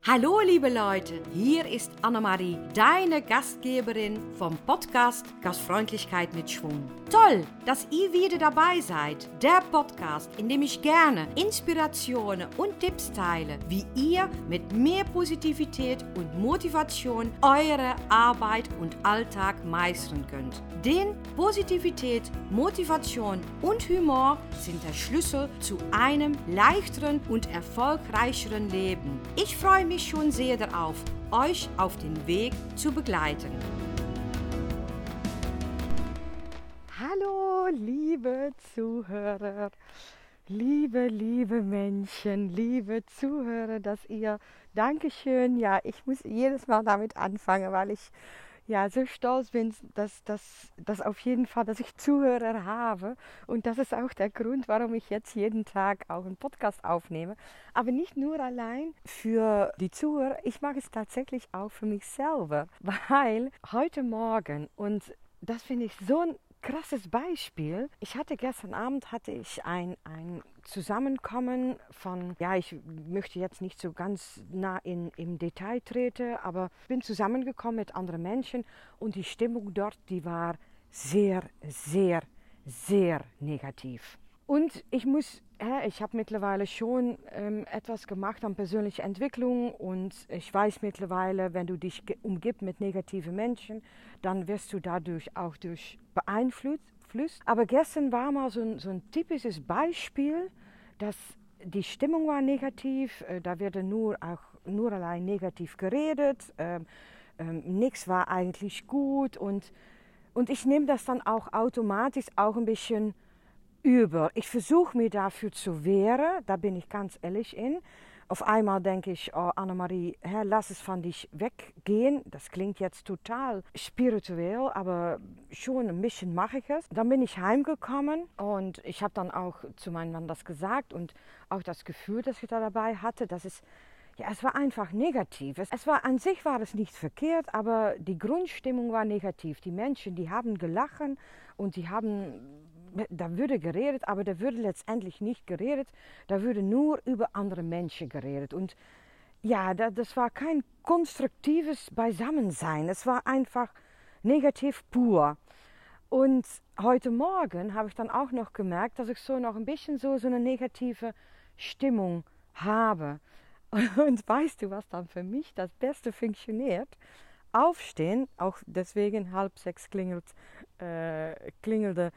Hallo liebe Leute, hier ist Annemarie, deine Gastgeberin vom Podcast Gastfreundlichkeit mit Schwung. Toll, dass ihr wieder dabei seid. Der Podcast, in dem ich gerne Inspirationen und Tipps teile, wie ihr mit mehr Positivität und Motivation eure Arbeit und Alltag meistern könnt. Denn Positivität, Motivation und Humor sind der Schlüssel zu einem leichteren und erfolgreicheren Leben. Ich freue mich schon sehr darauf, euch auf den Weg zu begleiten. Hallo, liebe Zuhörer, liebe Menschen, liebe Zuhörer, Dankeschön. Ja, ich muss jedes Mal damit anfangen, weil ich so stolz bin, dass auf jeden Fall, dass ich Zuhörer habe. Und das ist auch der Grund, warum ich jetzt jeden Tag auch einen Podcast aufnehme. Aber nicht nur allein für die Zuhörer, ich mache es tatsächlich auch für mich selber. Weil heute Morgen, und das finde ich so ein krasses Beispiel. Gestern Abend ein Zusammenkommen von, ich möchte jetzt nicht so ganz nah im Detail treten, aber ich bin zusammengekommen mit anderen Menschen und die Stimmung dort, die war sehr, sehr, sehr negativ. Und ich habe mittlerweile schon etwas gemacht an persönlicher Entwicklung und ich weiß mittlerweile, wenn du dich umgibst mit negativen Menschen, dann wirst du dadurch auch beeinflusst. Aber gestern war mal so ein typisches Beispiel, dass die Stimmung war negativ, da wurde nur allein negativ geredet, nichts war eigentlich gut und ich nehme das dann auch automatisch auch ein bisschen über. Ich versuche mich dafür zu wehren, da bin ich ganz ehrlich in. Auf einmal denke ich, oh Annemarie, lass es von dich weggehen. Das klingt jetzt total spirituell, aber schon ein bisschen mache ich es. Dann bin ich heimgekommen und ich habe dann auch zu meinem Mann das gesagt und auch das Gefühl, das ich da dabei hatte, es war einfach negativ. An sich war es nicht verkehrt, aber die Grundstimmung war negativ. Die Menschen, die haben gelacht und da würde geredet, aber da würde letztendlich nicht geredet. Da würde nur über andere Menschen geredet. Und das war kein konstruktives Beisammensein. Es war einfach negativ pur. Und heute Morgen habe ich dann auch noch gemerkt, dass ich so noch ein bisschen so eine negative Stimmung habe. Und weißt du, was dann für mich das Beste funktioniert? Aufstehen, auch deswegen 5:30 klingelte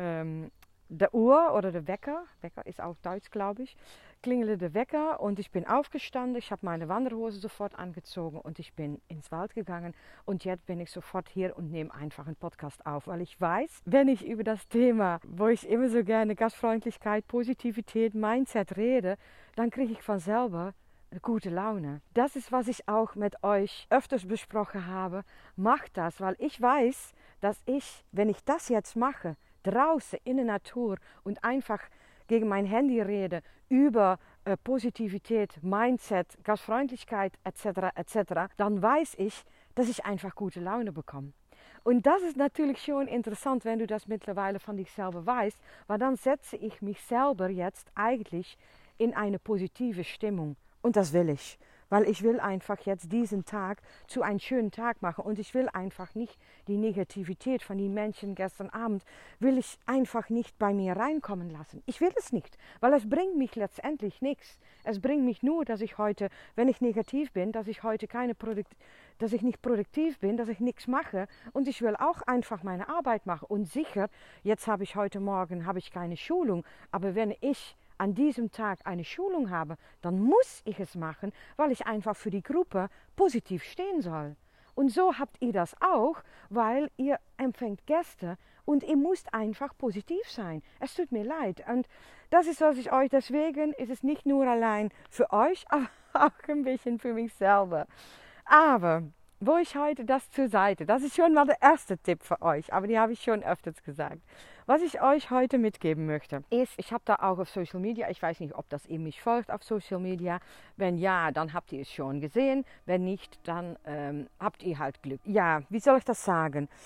der Uhr oder der Wecker ist auch Deutsch, glaube ich, klingelte der Wecker und ich bin aufgestanden, ich habe meine Wanderhose sofort angezogen und ich bin ins Wald gegangen und jetzt bin ich sofort hier und nehme einfach einen Podcast auf, weil ich weiß, wenn ich über das Thema, wo ich immer so gerne Gastfreundlichkeit, Positivität, Mindset rede, dann kriege ich von selber gute Laune. Das ist, was ich auch mit euch öfters besprochen habe. Macht das, weil ich weiß, dass wenn ich das jetzt mache, draußen in der Natur und einfach gegen mein Handy rede über Positivität, Mindset, Gastfreundlichkeit etc., dann weiß ich, dass ich einfach gute Laune bekomme. Und das ist natürlich schon interessant, wenn du das mittlerweile von dich selber weißt, weil dann setze ich mich selber jetzt eigentlich in eine positive Stimmung. Und das will ich, weil ich will einfach jetzt diesen Tag zu einem schönen Tag machen und ich will einfach nicht die Negativität von den Menschen gestern Abend, will ich einfach nicht bei mir reinkommen lassen. Ich will es nicht, weil es bringt mich letztendlich nichts. Es bringt mich nur, dass ich heute, wenn ich negativ bin, dass ich heute dass ich nicht produktiv bin, dass ich nichts mache und ich will auch einfach meine Arbeit machen. Und sicher, heute Morgen habe ich keine Schulung, aber wenn ich an diesem Tag eine Schulung habe, dann muss ich es machen, weil ich einfach für die Gruppe positiv stehen soll. Und so habt ihr das auch, weil ihr empfängt Gäste und ihr müsst einfach positiv sein. Es tut mir leid. Und das ist, was ich euch, deswegen ist es nicht nur allein für euch, aber auch ein bisschen für mich selber. Aber wo ich heute das zur Seite, das ist schon mal der erste Tipp für euch, aber die habe ich schon öfters gesagt. Was ich euch heute mitgeben möchte, ist, ich habe da auch auf Social Media, ich weiß nicht, ob das ihr mich folgt auf Social Media. Wenn ja, dann habt ihr es schon gesehen. Wenn nicht, dann habt ihr halt Glück. Ja, wie soll ich das sagen?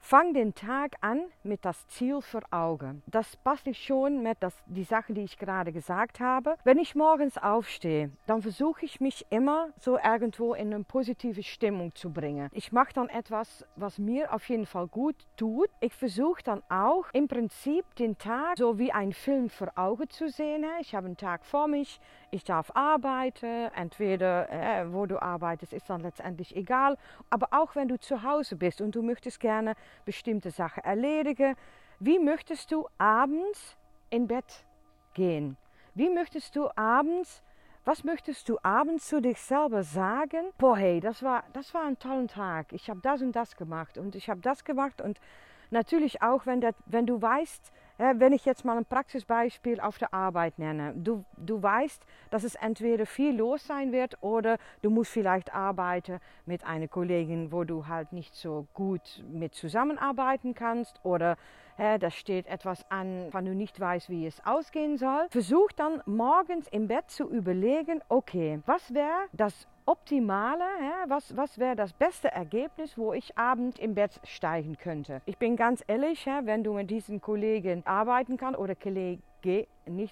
Fang den Tag an mit das Ziel vor Augen. Das passt nicht schon mit die Sachen, die ich gerade gesagt habe. Wenn ich morgens aufstehe, dann versuche ich mich immer so irgendwo in eine positive Stimmung zu bringen. Ich mache dann etwas, was mir auf jeden Fall gut tut. Ich versuche dann auch im Prinzip den Tag so wie ein Film vor Augen zu sehen. Ich habe einen Tag vor mich, ich darf arbeiten, entweder wo du arbeitest, ist dann letztendlich egal. Aber auch wenn du zu Hause bist und du möchtest gerne bestimmte Sachen erledigen, wie möchtest du abends in Bett gehen? Wie möchtest du abends, was möchtest du abends zu dich selber sagen? Boah, hey, das war ein toller Tag. Ich habe das und das gemacht und ich habe das gemacht und natürlich auch, wenn du weißt, wenn ich jetzt mal ein Praxisbeispiel auf der Arbeit nenne, du weißt, dass es entweder viel los sein wird oder du musst vielleicht arbeiten mit einer Kollegin, wo du halt nicht so gut mit zusammenarbeiten kannst oder da steht etwas an, von du nicht weißt, wie es ausgehen soll. Versuch dann morgens im Bett zu überlegen, okay, was wäre das Optimale, was wäre das beste Ergebnis, wo ich abends im Bett steigen könnte. Ich bin ganz ehrlich, wenn du mit diesen Kollegen arbeiten kannst oder Kollege, nicht,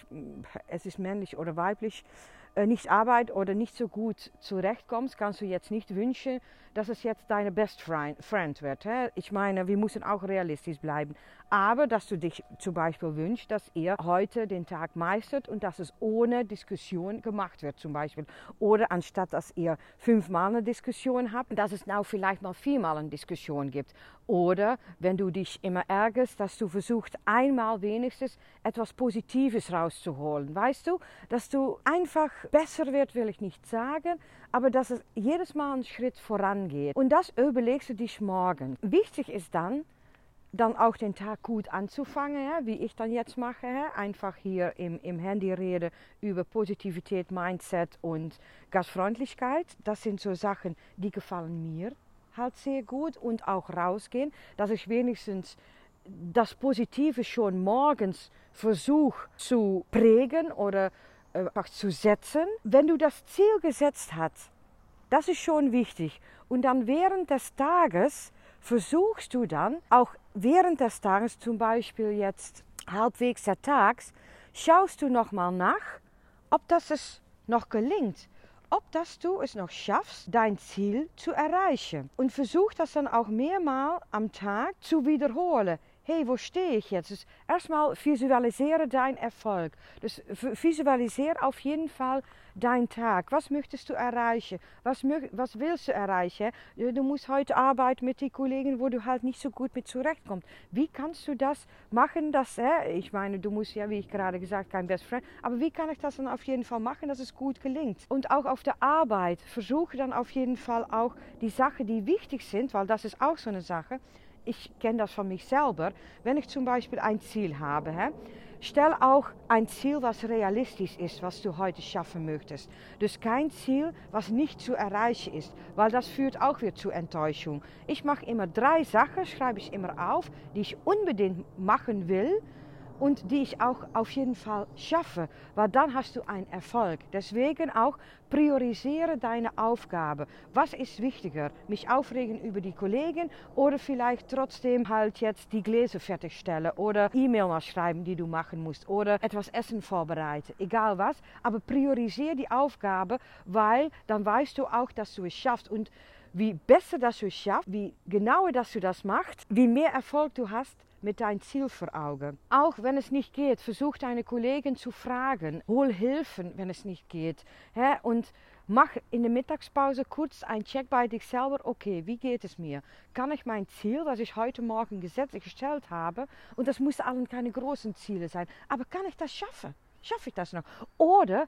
es ist männlich oder weiblich, nicht arbeitet oder nicht so gut zurechtkommst, kannst du jetzt nicht wünschen, dass es jetzt deine Best Friend wird. Ich meine, wir müssen auch realistisch bleiben. Aber dass du dich zum Beispiel wünschst, dass ihr heute den Tag meistert und dass es ohne Diskussion gemacht wird zum Beispiel. Oder anstatt dass ihr 5-mal eine Diskussion habt, dass es now vielleicht mal 4-mal eine Diskussion gibt. Oder wenn du dich immer ärgerst, dass du versuchst, einmal wenigstens etwas Positives rauszuholen. Weißt du, dass du einfach besser wird, will ich nicht sagen, aber dass es jedes Mal einen Schritt vorangeht. Und das überlegst du dich morgen. Wichtig ist dann auch den Tag gut anzufangen, wie ich dann jetzt mache. Einfach hier im Handy rede über Positivität, Mindset und Gastfreundlichkeit. Das sind so Sachen, die gefallen mir halt sehr gut. Und auch rausgehen, dass ich wenigstens das Positive schon morgens versuche zu prägen oder einfach zu setzen. Wenn du das Ziel gesetzt hast, das ist schon wichtig. Und dann während des Tages versuchst du dann, auch während des Tages, zum Beispiel jetzt halbwegs des Tages, schaust du nochmal nach, ob das es noch gelingt. Ob dass du es noch schaffst, dein Ziel zu erreichen. Und versuch das dann auch mehrmals am Tag zu wiederholen. Hey, wo stehe ich jetzt? Dus erstmal visualisiere deinen Erfolg. Dus visualisiere auf jeden Fall deinen Tag. Was möchtest du erreichen? Was willst du erreichen? Du musst heute arbeiten mit den Kollegen, wo du halt nicht so gut mit zurechtkommst. Wie kannst du das machen? Ich meine, du musst ja, wie ich gerade gesagt, kein Best Friend. Aber wie kann ich das dann auf jeden Fall machen, dass es gut gelingt? Und auch auf der Arbeit versuche dann auf jeden Fall auch die Sachen, die wichtig sind, weil das ist auch so eine Sache. Ich kenne das von mich selber. Wenn ich zum Beispiel ein Ziel habe, stell auch ein Ziel, was realistisch ist, was du heute schaffen möchtest. Dus kein Ziel, was nicht zu erreichen ist, weil das führt auch wieder zu Enttäuschung. Ich mache immer 3 Sachen, schreibe ich immer auf, die ich unbedingt machen will und die ich auch auf jeden Fall schaffe, weil dann hast du einen Erfolg. Deswegen auch priorisiere deine Aufgabe. Was ist wichtiger? Mich aufregen über die Kollegen oder vielleicht trotzdem halt jetzt die Gläser fertigstellen oder E-Mail mal schreiben, die du machen musst oder etwas Essen vorbereiten, egal was. Aber priorisiere die Aufgabe, weil dann weißt du auch, dass du es schaffst. Und wie besser das du es schaffst, wie genauer dass du das machst, wie mehr Erfolg du hast mit deinem Ziel vor Augen. Auch wenn es nicht geht, versuch deine Kollegen zu fragen. Hol Hilfen, wenn es nicht geht. Und mach in der Mittagspause kurz einen Check bei dich selber. Okay, wie geht es mir? Kann ich mein Ziel, das ich heute Morgen gestellt habe, und das muss allen keine großen Ziele sein, aber kann ich das schaffen? Schaffe ich das noch? Oder,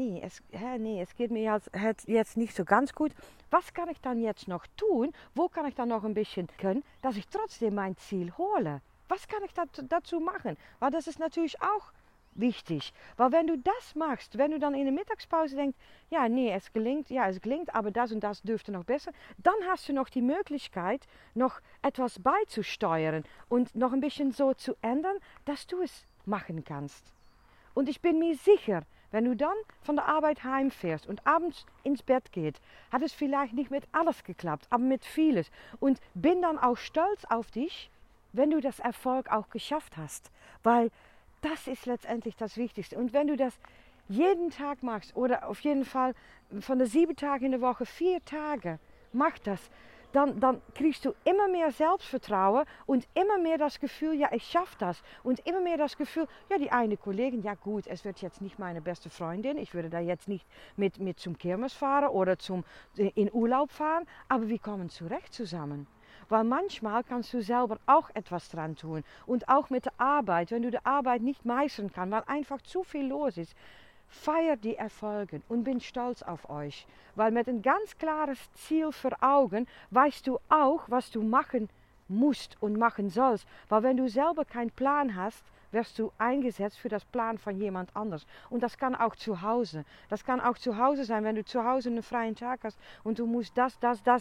es geht mir jetzt nicht so ganz gut. Was kann ich dann jetzt noch tun? Wo kann ich dann noch ein bisschen können, dass ich trotzdem mein Ziel hole? Was kann ich dazu machen? Weil das ist natürlich auch wichtig. Weil wenn du das machst, wenn du dann in der Mittagspause denkst, es gelingt, aber das und das dürfte noch besser, dann hast du noch die Möglichkeit, noch etwas beizusteuern und noch ein bisschen so zu ändern, dass du es machen kannst. Und ich bin mir sicher, Wenn du dann von der Arbeit heimfährst und abends ins Bett geht, hat es vielleicht nicht mit alles geklappt, aber mit vieles. Und bin dann auch stolz auf dich, wenn du das Erfolg auch geschafft hast. Weil das ist letztendlich das Wichtigste. Und wenn du das jeden Tag machst oder auf jeden Fall von den 7 Tagen in der Woche 4 Tage, mach das. Dann kriegst du immer mehr Selbstvertrauen und immer mehr das Gefühl, ja, ich schaffe das. Und immer mehr das Gefühl, ja, die eine Kollegin, ja gut, es wird jetzt nicht meine beste Freundin. Ich würde da jetzt nicht mit zum Kirmes fahren oder in Urlaub fahren, aber wir kommen zurecht zusammen. Weil manchmal kannst du selber auch etwas dran tun. Und auch mit der Arbeit, wenn du die Arbeit nicht meistern kannst, weil einfach zu viel los ist, feiert die Erfolge und bin stolz auf euch. Weil mit ein ganz klares Ziel vor Augen weißt du auch, was du machen musst und machen sollst. Weil wenn du selber keinen Plan hast, wirst du eingesetzt für das Plan von jemand anders. Und das kann auch zu Hause. Das kann auch zu Hause sein, wenn du zu Hause einen freien Tag hast und du musst das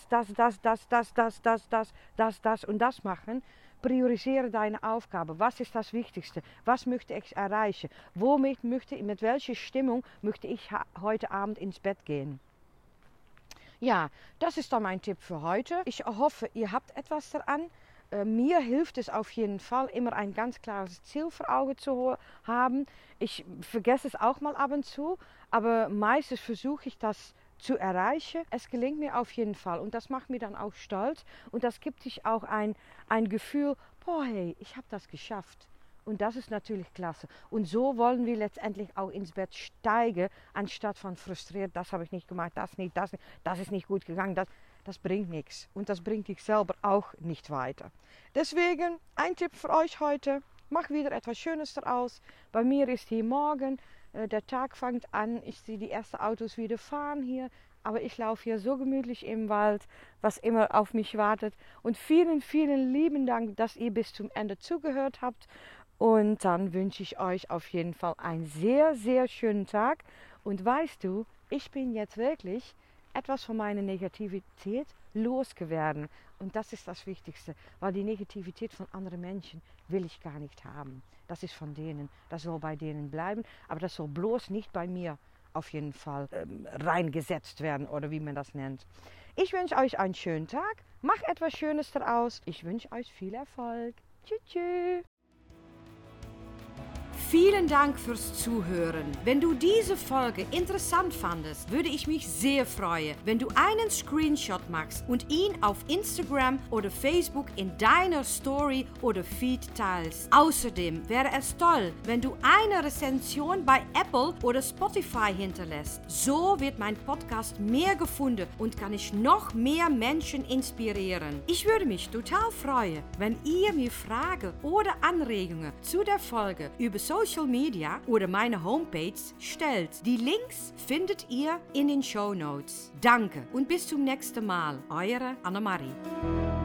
und das machen. Priorisiere deine Aufgabe. Was ist das Wichtigste? Was möchte ich erreichen? Mit welcher Stimmung möchte ich heute Abend ins Bett gehen? Ja, das ist dann mein Tipp für heute. Ich hoffe, ihr habt etwas daran. Mir hilft es auf jeden Fall, immer ein ganz klares Ziel vor Augen zu haben. Ich vergesse es auch mal ab und zu, aber meistens versuche ich das zu erreichen. Es gelingt mir auf jeden Fall und das macht mir dann auch stolz und das gibt sich auch ein Gefühl, boah hey, ich habe das geschafft. Und das ist natürlich klasse. Und so wollen wir letztendlich auch ins Bett steigen, anstatt von frustriert, das habe ich nicht gemacht, das ist nicht gut gegangen, das bringt nichts. Und das bringt dich selber auch nicht weiter. Deswegen ein Tipp für euch heute, mach wieder etwas Schönes daraus. Bei mir ist hier morgen, der Tag fängt an, ich sehe die ersten Autos wieder fahren hier. Aber ich laufe hier so gemütlich im Wald, was immer auf mich wartet. Und vielen, vielen lieben Dank, dass ihr bis zum Ende zugehört habt. Und dann wünsche ich euch auf jeden Fall einen sehr, sehr schönen Tag. Und weißt du, ich bin jetzt wirklich etwas von meiner Negativität losgeworden. Und das ist das Wichtigste, weil die Negativität von anderen Menschen will ich gar nicht haben. Das ist von denen, das soll bei denen bleiben, aber das soll bloß nicht bei mir auf jeden Fall reingesetzt werden oder wie man das nennt. Ich wünsche euch einen schönen Tag, macht etwas Schönes daraus. Ich wünsche euch viel Erfolg. Tschüss, tschüss. Vielen Dank fürs Zuhören. Wenn du diese Folge interessant fandest, würde ich mich sehr freuen, wenn du einen Screenshot machst und ihn auf Instagram oder Facebook in deiner Story oder Feed teilst. Außerdem wäre es toll, wenn du eine Rezension bei Apple oder Spotify hinterlässt. So wird mein Podcast mehr gefunden und kann ich noch mehr Menschen inspirieren. Ich würde mich total freuen, wenn ihr mir Fragen oder Anregungen zu der Folge über Social Media oder meine Homepage stellt. Die Links findet ihr in den Shownotes. Danke und bis zum nächsten Mal. Eure Annemarie.